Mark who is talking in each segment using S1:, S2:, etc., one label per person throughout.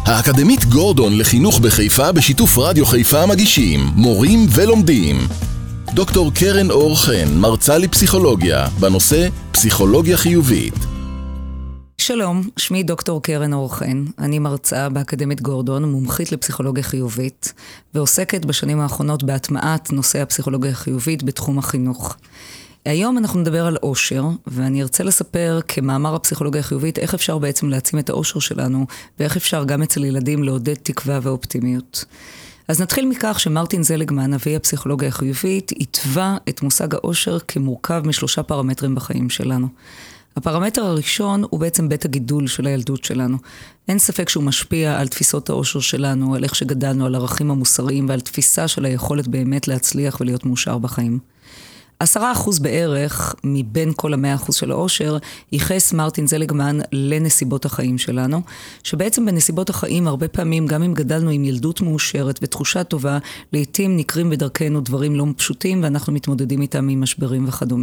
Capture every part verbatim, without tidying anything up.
S1: האקדמית גורדון לחינוך בחיפה בשיתוף רדיו חיפה מגישים מורים ולומדים. דוקטור קרן אור חן, מרצה לפסיכולוגיה, בנושא פסיכולוגיה חיובית.
S2: שלום, שמי דוקטור קרן אור חן, אני מרצה באקדמית גורדון, מומחית לפסיכולוגיה חיובית, ועוסקת בשנים האחרונות בהטמעת נושא הפסיכולוגיה החיובית בתחום החינוך. היום אנחנו נדבר על אושר, ואני ארצה לספר כמאמר הפסיכולוגיה החיובית איך אפשר בעצם להעצים את האושר שלנו, ואיך אפשר גם אצל ילדים לעודד תקווה ואופטימיות. אז נתחיל מכך שמרטין זליגמן, אבי הפסיכולוגיה החיובית, התווה את מושג האושר כמורכב משלושה פרמטרים בחיים שלנו. הפרמטר הראשון הוא בעצם בית הגידול של הילדות שלנו. אין ספק שהוא משפיע על תפיסות האושר שלנו, על איך שגדלנו, על ערכים המוסריים ועל תפיסה של היכולת באמת להצליח ולהיות מאושר בחיים. עשרה אחוז בערך מבין כל המאה אחוז של האושר ייחס מרטין זליגמן לנסיבות החיים שלנו, שבעצם בנסיבות החיים הרבה פעמים גם אם גדלנו עם ילדות מאושרת ותחושה טובה, לעתים נקרים בדרכנו דברים לא פשוטים ואנחנו מתמודדים איתם ממשברים וכדומה.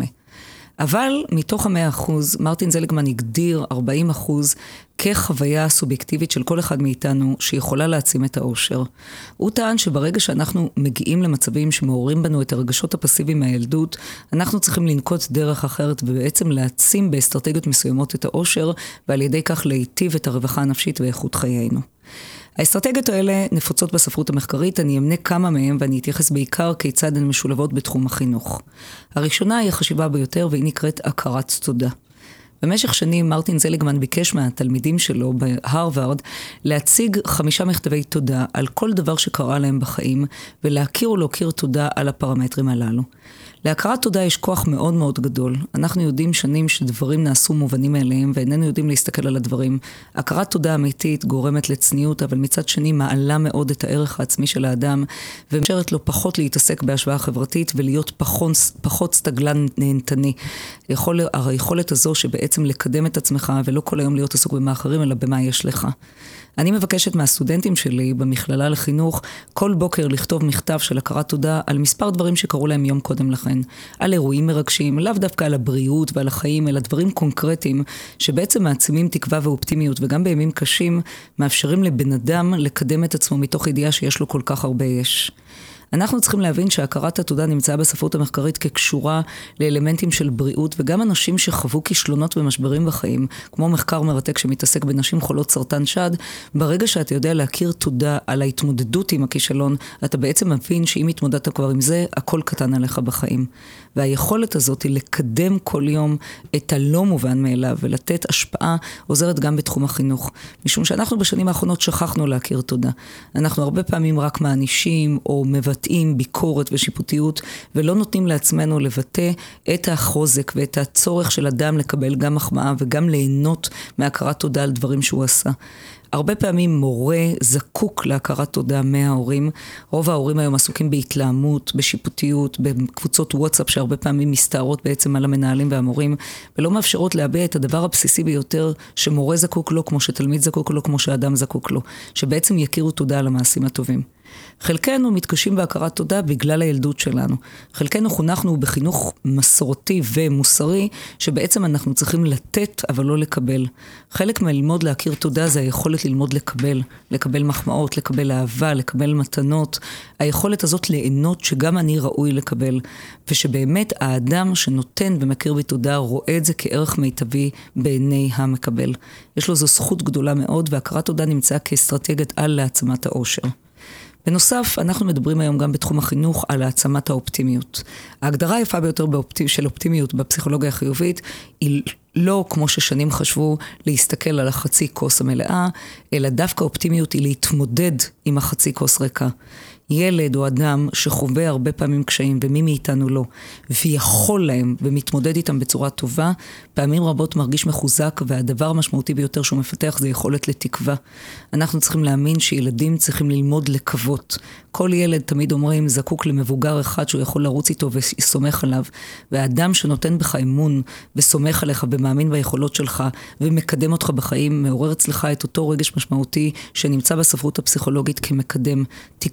S2: אבל מתוך המאה אחוז, מרטין זליגמן הגדיר ארבעים אחוז כחוויה סובייקטיבית של כל אחד מאיתנו שיכולה להעצים את האושר. הוא טען שברגע שאנחנו מגיעים למצבים שמעוררים בנו את הרגשות הפסיביים מהילדות, אנחנו צריכים לנקוט דרך אחרת ובעצם להעצים באסטרטגיות מסוימות את האושר, ועל ידי כך להיטיב את הרווחה הנפשית ואיכות חיינו. האסטרטגיות האלה נפוצות בספרות המחקרית, אני אמנה כמה מהם ואני אתייחס בעיקר כיצד הן משולבות בתחום החינוך. הראשונה היא החשיבה ביותר והיא נקראת הכרת תודה. במשך שנים מרטין זליגמן ביקש מהתלמידים שלו בהרווארד להציג חמישה מכתבי תודה על כל דבר שקרה להם בחיים ולהכיר ולהכיר תודה על הפרמטרים הללו. להכרת תודה יש כוח מאוד מאוד גדול. אנחנו יודעים שנים שדברים נעשו מובנים מאליהם ואיננו יודעים להסתכל על הדברים. הכרת תודה אמיתית גורמת לצניעות, אבל מצד שני מעלה מאוד את הערך העצמי של האדם ומאפשרת לו פחות להתעסק בהשוואה חברתית ולהיות פחות, פחות סטגלן נהנתני. יכול, היכולת הזו שבעצם לקדם את עצמך ולא כל היום להיות עסוק במה אחרים אלא במה יש לך. אני מבקשת מהסטודנטים שלי במכללה לחינוך כל בוקר לכתוב מכתב של הכרת תודה על מספר דברים שקרו להם יום קודם לכן. על אירועים מרגשים, לאו דווקא על הבריאות ועל החיים, אלא דברים קונקרטיים שבעצם מעצימים תקווה ואופטימיות וגם בימים קשים מאפשרים לבן אדם לקדם את עצמו מתוך ידיעה שיש לו כל כך הרבה יש. אנחנו צריכים להבין שהכרת התודה נמצאה בספרות המחקרית כקשורה לאלמנטים של בריאות, וגם אנשים שחוו כישלונות ומשברים בחיים, כמו מחקר מרתק שמתעסק בנשים חולות סרטן שד, ברגע שאתה יודע להכיר תודה על ההתמודדות עם הכישלון, אתה בעצם מבין שאם התמודדת כבר עם זה, הכל קטן עליך בחיים. והיכולת הזאת היא לקדם כל יום את הלא מובן מאליו, ולתת השפעה עוזרת גם בתחום החינוך. משום שאנחנו בשנים האחרונות שכחנו להכיר תודה. אנחנו הרבה פעמים רק מענישים או מבטאים ביקורת ושיפוטיות, ולא נותנים לעצמנו לבטא את החוזק ואת הצורך של אדם לקבל גם מחמאה וגם ליהנות מהכרת תודה על דברים שהוא עשה. הרבה פעמים מורה זקוק להכרת תודה מההורים. רוב ההורים היום עסוקים בהתלהמות, בשיפוטיות, בקבוצות וואטסאפ שהרבה פעמים מסתערות בעצם על המנהלים והמורים, ולא מאפשרות להביע את הדבר הבסיסי ביותר שמורה זקוק לו, כמו שתלמיד זקוק לו, כמו שאדם זקוק לו, שבעצם יכירו תודה על המעשים הטובים. חלקנו מתקשים בהכרת תודה בגלל הילדות שלנו. חלקנו חונכנו בחינוך מסורתי ומוסרי, שבעצם אנחנו צריכים לתת אבל לא לקבל. חלק מללמוד להכיר תודה זה היכולת ללמוד לקבל, לקבל מחמאות, לקבל אהבה, לקבל מתנות. היכולת הזאת ליהנות שגם אני ראוי לקבל, ושבאמת האדם שנותן ומכיר בתודה רואה את זה כערך מיטבי בעיני המקבל. יש לו זו זכות גדולה מאוד, והכרת תודה נמצאה כאסטרטגיית על להעצמת האושר. בנוסף, אנחנו מדברים היום גם בתחום החינוך על העצמת האופטימיות. ההגדרה היפה ביותר באופטימ... של אופטימיות בפסיכולוגיה החיובית היא לא כמו ששנים חשבו להסתכל על החצי כוס המלאה, אלא דווקא אופטימיות היא להתמודד עם החצי כוס ריקה. ילד או אדם שחווה הרבה פעמים קשיים ומי מאיתנו לא, ויכול להם ומתמודד איתם בצורה טובה, פעמים רבות מרגיש מחוזק, והדבר המשמעותי ביותר שהוא מפתח זה יכולת לתקווה. אנחנו צריכים להאמין שילדים צריכים ללמוד לקוות. כל ילד תמיד אומרים זקוק למבוגר אחד שהוא יכול לרוץ איתו וסומך עליו, והאדם שנותן בך אמון וסומך עליך ומאמין ביכולות שלך ומקדם אותך בחיים, מעורר אצלך את אותו רגש משמעותי שנמצא בספרות הפסיכולוגית כמקדם תקוותי.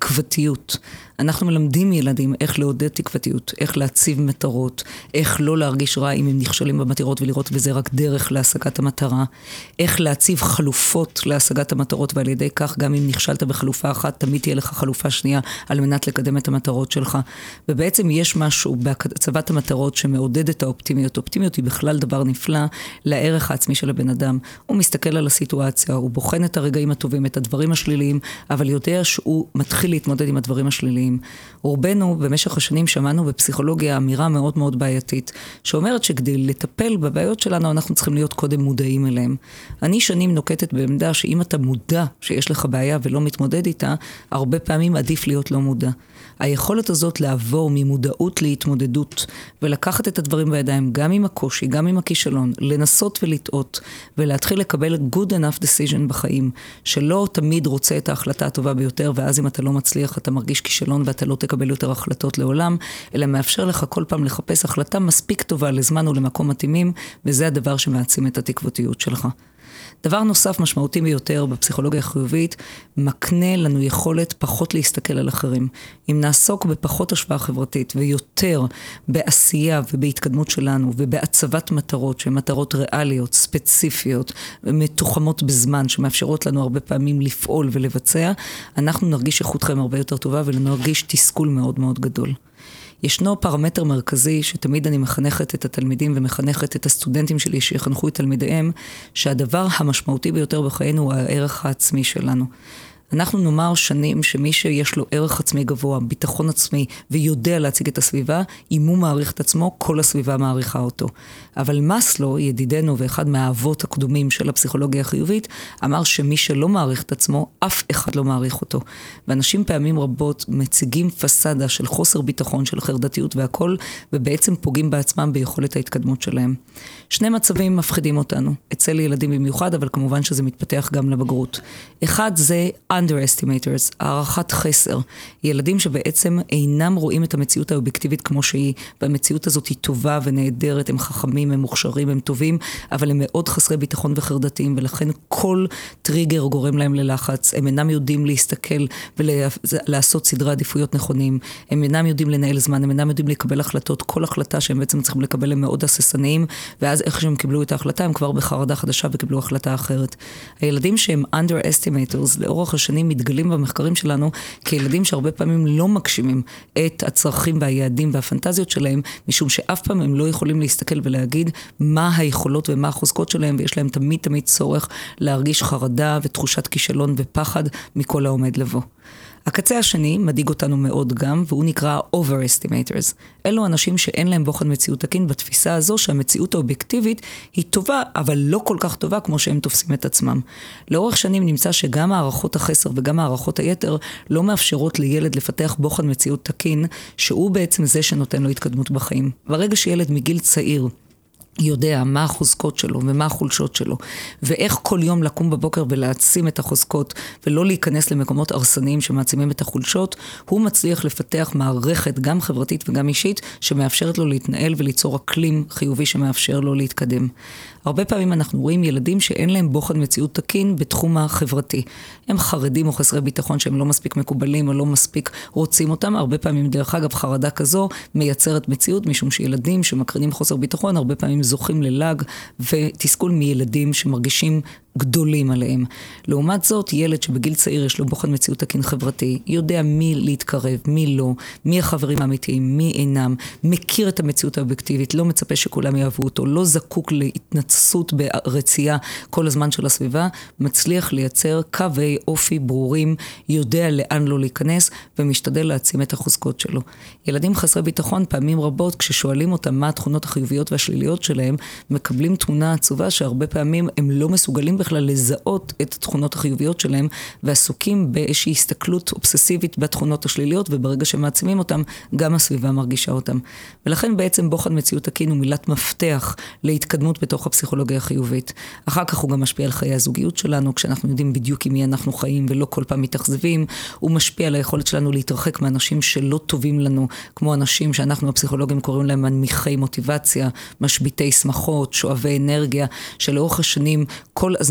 S2: תקוותיות. אנחנו מלמדים ילדים איך לעודד תקוותיות, איך להציב מטרות, איך לא להרגיש רע אם הם נכשלים במטרות ולראות בזה רק דרך להשגת המטרה, איך להציב חלופות להשגת המטרות, ועל ידי כך גם אם נכשלת בחלופה אחת, תמיד תהיה לך חלופה שנייה על מנת לקדם את המטרות שלך. ובעצם יש משהו בהצבת המטרות שמעודד את האופטימיות. אופטימיות היא בכלל דבר נפלא לערך העצמי של הבן אדם. הוא מסתכל על הסיטואציה, הוא בוחן את הרגעים הטובים, את הדברים השליליים, אבל יודע שהוא מתחיל להתמודד עם הדברים השליליים. רובנו במשך השנים שמענו בפסיכולוגיה אמירה מאוד מאוד בעייתית, שאומרת שכדי לטפל בבעיות שלנו אנחנו צריכים להיות קודם מודעים אליהם. אני שנים נוקטת בעמדה שאם אתה מודע שיש לך בעיה ולא מתמודד איתה, הרבה פעמים עדיף להיות לא מודע. היכולת הזאת לעבור ממודעות להתמודדות ולקחת את הדברים בידיים, גם עם הקושי, גם עם הכישלון, לנסות ולטעות ולהתחיל לקבל good enough decision בחיים, שלא תמיד רוצה את ההחלטה הטובה ביותר, ואז אם אתה לא מצליח אתה מרגיש כישלון ואתה לא תקבל יותר החלטות לעולם, אלא מאפשר לך כל פעם לחפש החלטה מספיק טובה לזמן ולמקום מתאימים, וזה הדבר שמעצים את התקוותיות שלך. דבר נוסף משמעותי ביותר בפסיכולוגיה החיובית, מקנה לנו יכולת פחות להסתכל על אחרים. אם נעסוק בפחות השפעה חברתית ויותר בעשייה ובהתקדמות שלנו ובהצבת מטרות, שהן מטרות ריאליות, ספציפיות, מתוחמות בזמן, שמאפשרות לנו הרבה פעמים לפעול ולבצע, אנחנו נרגיש איכות חיים הרבה יותר טובה ונרגיש תסכול מאוד מאוד גדול. ישנו פרמטר מרכזי שתמיד אני מחנכת את התלמידים ומחנכת את הסטודנטים שלי שיחנכו את תלמידיהם, שהדבר המשמעותי ביותר בחיינו הוא הערך העצמי שלנו. אנחנו נאמר שנים שמי שיש לו ערך עצמי גבוה, ביטחון עצמי ויודע להציג את הסביבה, אם הוא מעריך את עצמו, כל הסביבה מעריכה אותו. אבל מסלו, ידידנו ואחד מהאבות הקדומים של הפסיכולוגיה החיובית, אמר שמי שלא מעריך את עצמו, אף אחד לא מעריך אותו. ואנשים פעמים רבות מציגים פסדה של חוסר ביטחון, של חרדתיות והכל, ובעצם פוגעים בעצמם ביכולת ההתקדמות שלהם. שני מצבים מפחידים אותנו, אצל ילדים במיוחד, אבל כמובן שזה מתפתח גם לבגרות. אחד זה underestimators, הערכת חסר. ילדים שבעצם אינם רואים את המציאות האובייקטיבית כמו שהיא, והמציאות הזאת היא טובה ונהדרת, הם חכמים, הם מוכשרים, הם טובים, אבל הם מאוד חסרי ביטחון וחרדתיים, ולכן כל טריגר גורם להם ללחץ, הם אינם יודעים להסתכל ולעשות סדרי עדיפויות נכונים, הם אינם יודעים לנהל זמן, הם אינם יודעים לקבל החלטות, כל החלטה שהם בעצם צריכים לקבל הם מאוד הססניים, ואז איך שהם קיבלו את ההחלטה, הם כבר בחרדה חדשה וקיבלו החלטה אחרת. הילדים שהם underestimators, לאורך השנים מתגלים במחקרים שלנו, כילדים שהרבה פעמים לא מגשימים את הצרכים והיעדים והפנטזיות שלהם, משום שאף פעם הם לא יכולים להסתכל ולהגיד מה היכולות ומה החוזקות שלהם, ויש להם תמיד תמיד צורך להרגיש חרדה ותחושת כישלון ופחד מכל העומד לבוא. הקצה השני מדאיג אותנו מאוד גם, והוא נקרא overestimators. אלו אנשים שאין להם בוחן מציאות תקין בתפיסה הזו שהמציאות האובייקטיבית היא טובה, אבל לא כל כך טובה כמו שהם תופסים את עצמם. לאורך שנים נמצא שגם הערכות החסר וגם הערכות היתר לא מאפשרות לילד לפתח בוחן מציאות תקין, שהוא בעצם זה שנותן לו התקדמות בחיים. ברגע שילד מגיל צעיר יודע מה החוזקות שלו ומה החולשות שלו, ואיך כל יום לקום בבוקר ולהעצים את החוזקות, ולא להיכנס למקומות הרסניים שמעצימים את החולשות, הוא מצליח לפתח מערכת גם חברתית וגם אישית, שמאפשרת לו להתנהל וליצור אקלים חיובי שמאפשר לו להתקדם. הרבה פעמים אנחנו רואים ילדים שאין להם בוחן מציאות תקין בתחום החברתי. הם חרדים או חסרי ביטחון שהם לא מספיק מקובלים או לא מספיק רוצים אותם. הרבה פעמים דרך אגב חרדה כזו מייצרת מציאות, משום שילדים שמקרינים חוסר ביטחון הרבה פעמים זוכים ללג ותסכול מילדים שמרגישים גדולים עליהם. לעומת זאת, ילד שבגיל צעיר יש לו בוחן מציאות תקין חברתי, יודע מי להתקרב, מי לא, מי החברים האמיתיים, מי אינם, מכיר את המציאות האובייקטיבית, לא מצפה שכולם יאהבו אותו, לא זקוק להתנצלות ברצייה כל הזמן של הסביבה, מצליח לייצר קווי אופי ברורים, יודע לאן לא להיכנס, ומשתדל להעצים את החוזקות שלו. ילדים חסרי ביטחון פעמים רבות, כששואלים אותם מה התכונות החיוביות והשליליות שלהם, מקבלים תמונה עצובה שהרבה פעמים הם לא מסוגלים בכלל לזהות את התכונות החיוביות שלהם, ועסוקים באיזושהי הסתכלות אובססיבית בתכונות השליליות, וברגע שמעצימים אותם, גם הסביבה מרגישה אותם. ולכן בעצם בוחן מציאות תקין הוא מילת מפתח להתקדמות בתוך הפסיכולוגיה החיובית. אחר כך הוא גם משפיע על חיי הזוגיות שלנו, כשאנחנו יודעים בדיוק עם מי אנחנו חיים, ולא כל פעם מתאכזבים. הוא משפיע על היכולת שלנו להתרחק מאנשים שלא טובים לנו, כמו אנשים שאנחנו הפסיכולוגים קוראים להם מנמיכי מוטיבציה, משביתי שמחות, שואבי אנרגיה, שלאורך השנים כל הזמן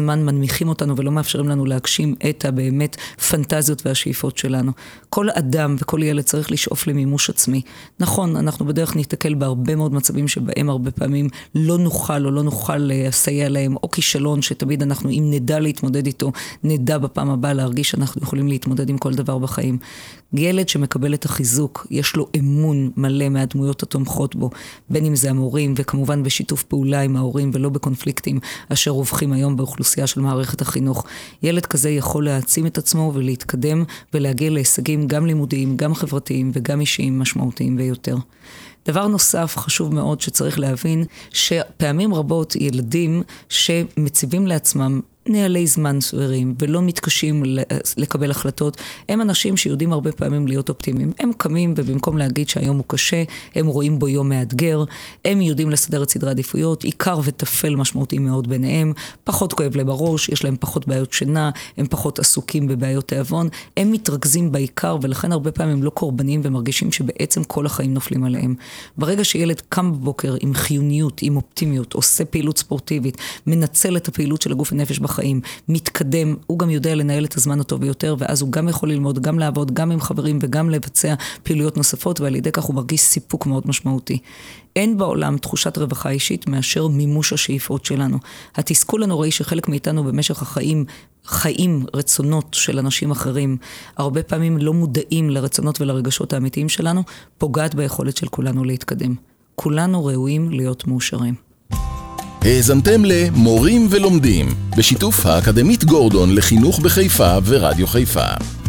S2: הזמן מנמיכים אותנו ולא מאפשרים לנו להגשים את הבאמת פנטזיות והשאיפות שלנו. כל אדם וכל ילד צריך לשאוף למימוש עצמי. נכון, אנחנו בדרך נתקל בהרבה מאוד מצבים שבהם הרבה פעמים לא נוכל או לא נוכל לסייע להם, או כישלון שתמיד אנחנו, אם נדע להתמודד איתו, נדע בפעם הבאה להרגיש שאנחנו יכולים להתמודד עם כל דבר בחיים. ילד שמקבל את החיזוק, יש לו אמון מלא מהדמויות התומכות בו, בין אם זה המורים, וכמובן בשיתוף פעולה עם ההורים, ולא בקונפליקטים אשר רווחים היום באוכלוסייה של מערכת החינוך. ילד כזה יכול להעצים את עצמו ולהתקדם ולהגיע להישגים גם לימודיים, גם חברתיים וגם אישיים משמעותיים ויותר. דבר נוסף חשוב מאוד שצריך להבין, שפעמים רבות ילדים שמציבים לעצמם נהלי זמן סבירים ולא מתקשים לקבל החלטות, הם אנשים שיודעים הרבה פעמים להיות אופטימיים. הם קמים ובמקום להגיד שהיום הוא קשה, הם רואים בו יום מאתגר, הם יודעים לסדר את סדרי עדיפויות, עיקר וטפל משמעותי מאוד ביניהם, פחות כואב להם בראש, יש להם פחות בעיות שינה, הם פחות עסוקים בבעיות תיאבון, הם מתרכזים בעיקר ולכן הרבה פעמים הם לא קורבנים ומרגישים שבעצם כל החיים נופלים עליהם. ברגע שילד קם בבוקר עם חיוניות, עם אופטימיות, עושה פעילות ספורטיבית, מנצל את הפעילות של הגוף ונפש בחיים, מתקדם, הוא גם יודע לנהל את הזמן הטוב ביותר, ואז הוא גם יכול ללמוד, גם לעבוד, גם עם חברים וגם לבצע פעילויות נוספות, ועל ידי כך הוא מרגיש סיפוק מאוד משמעותי. אין בעולם תחושת רווחה אישית מאשר מימוש השאיפות שלנו. התסכול הנוראי שחלק מאיתנו במשך החיים חיים רצונות של אנשים אחרים, הרבה פעמים לא מודעים לרצונות ולרגשות האמיתיים שלנו, פוגעת ביכולת של כולנו להתקדם. כולנו ראויים להיות מאושרים.
S1: האזנתם למורים ולומדים, בשיתוף האקדמית גורדון לחינוך בחיפה ורדיו חיפה.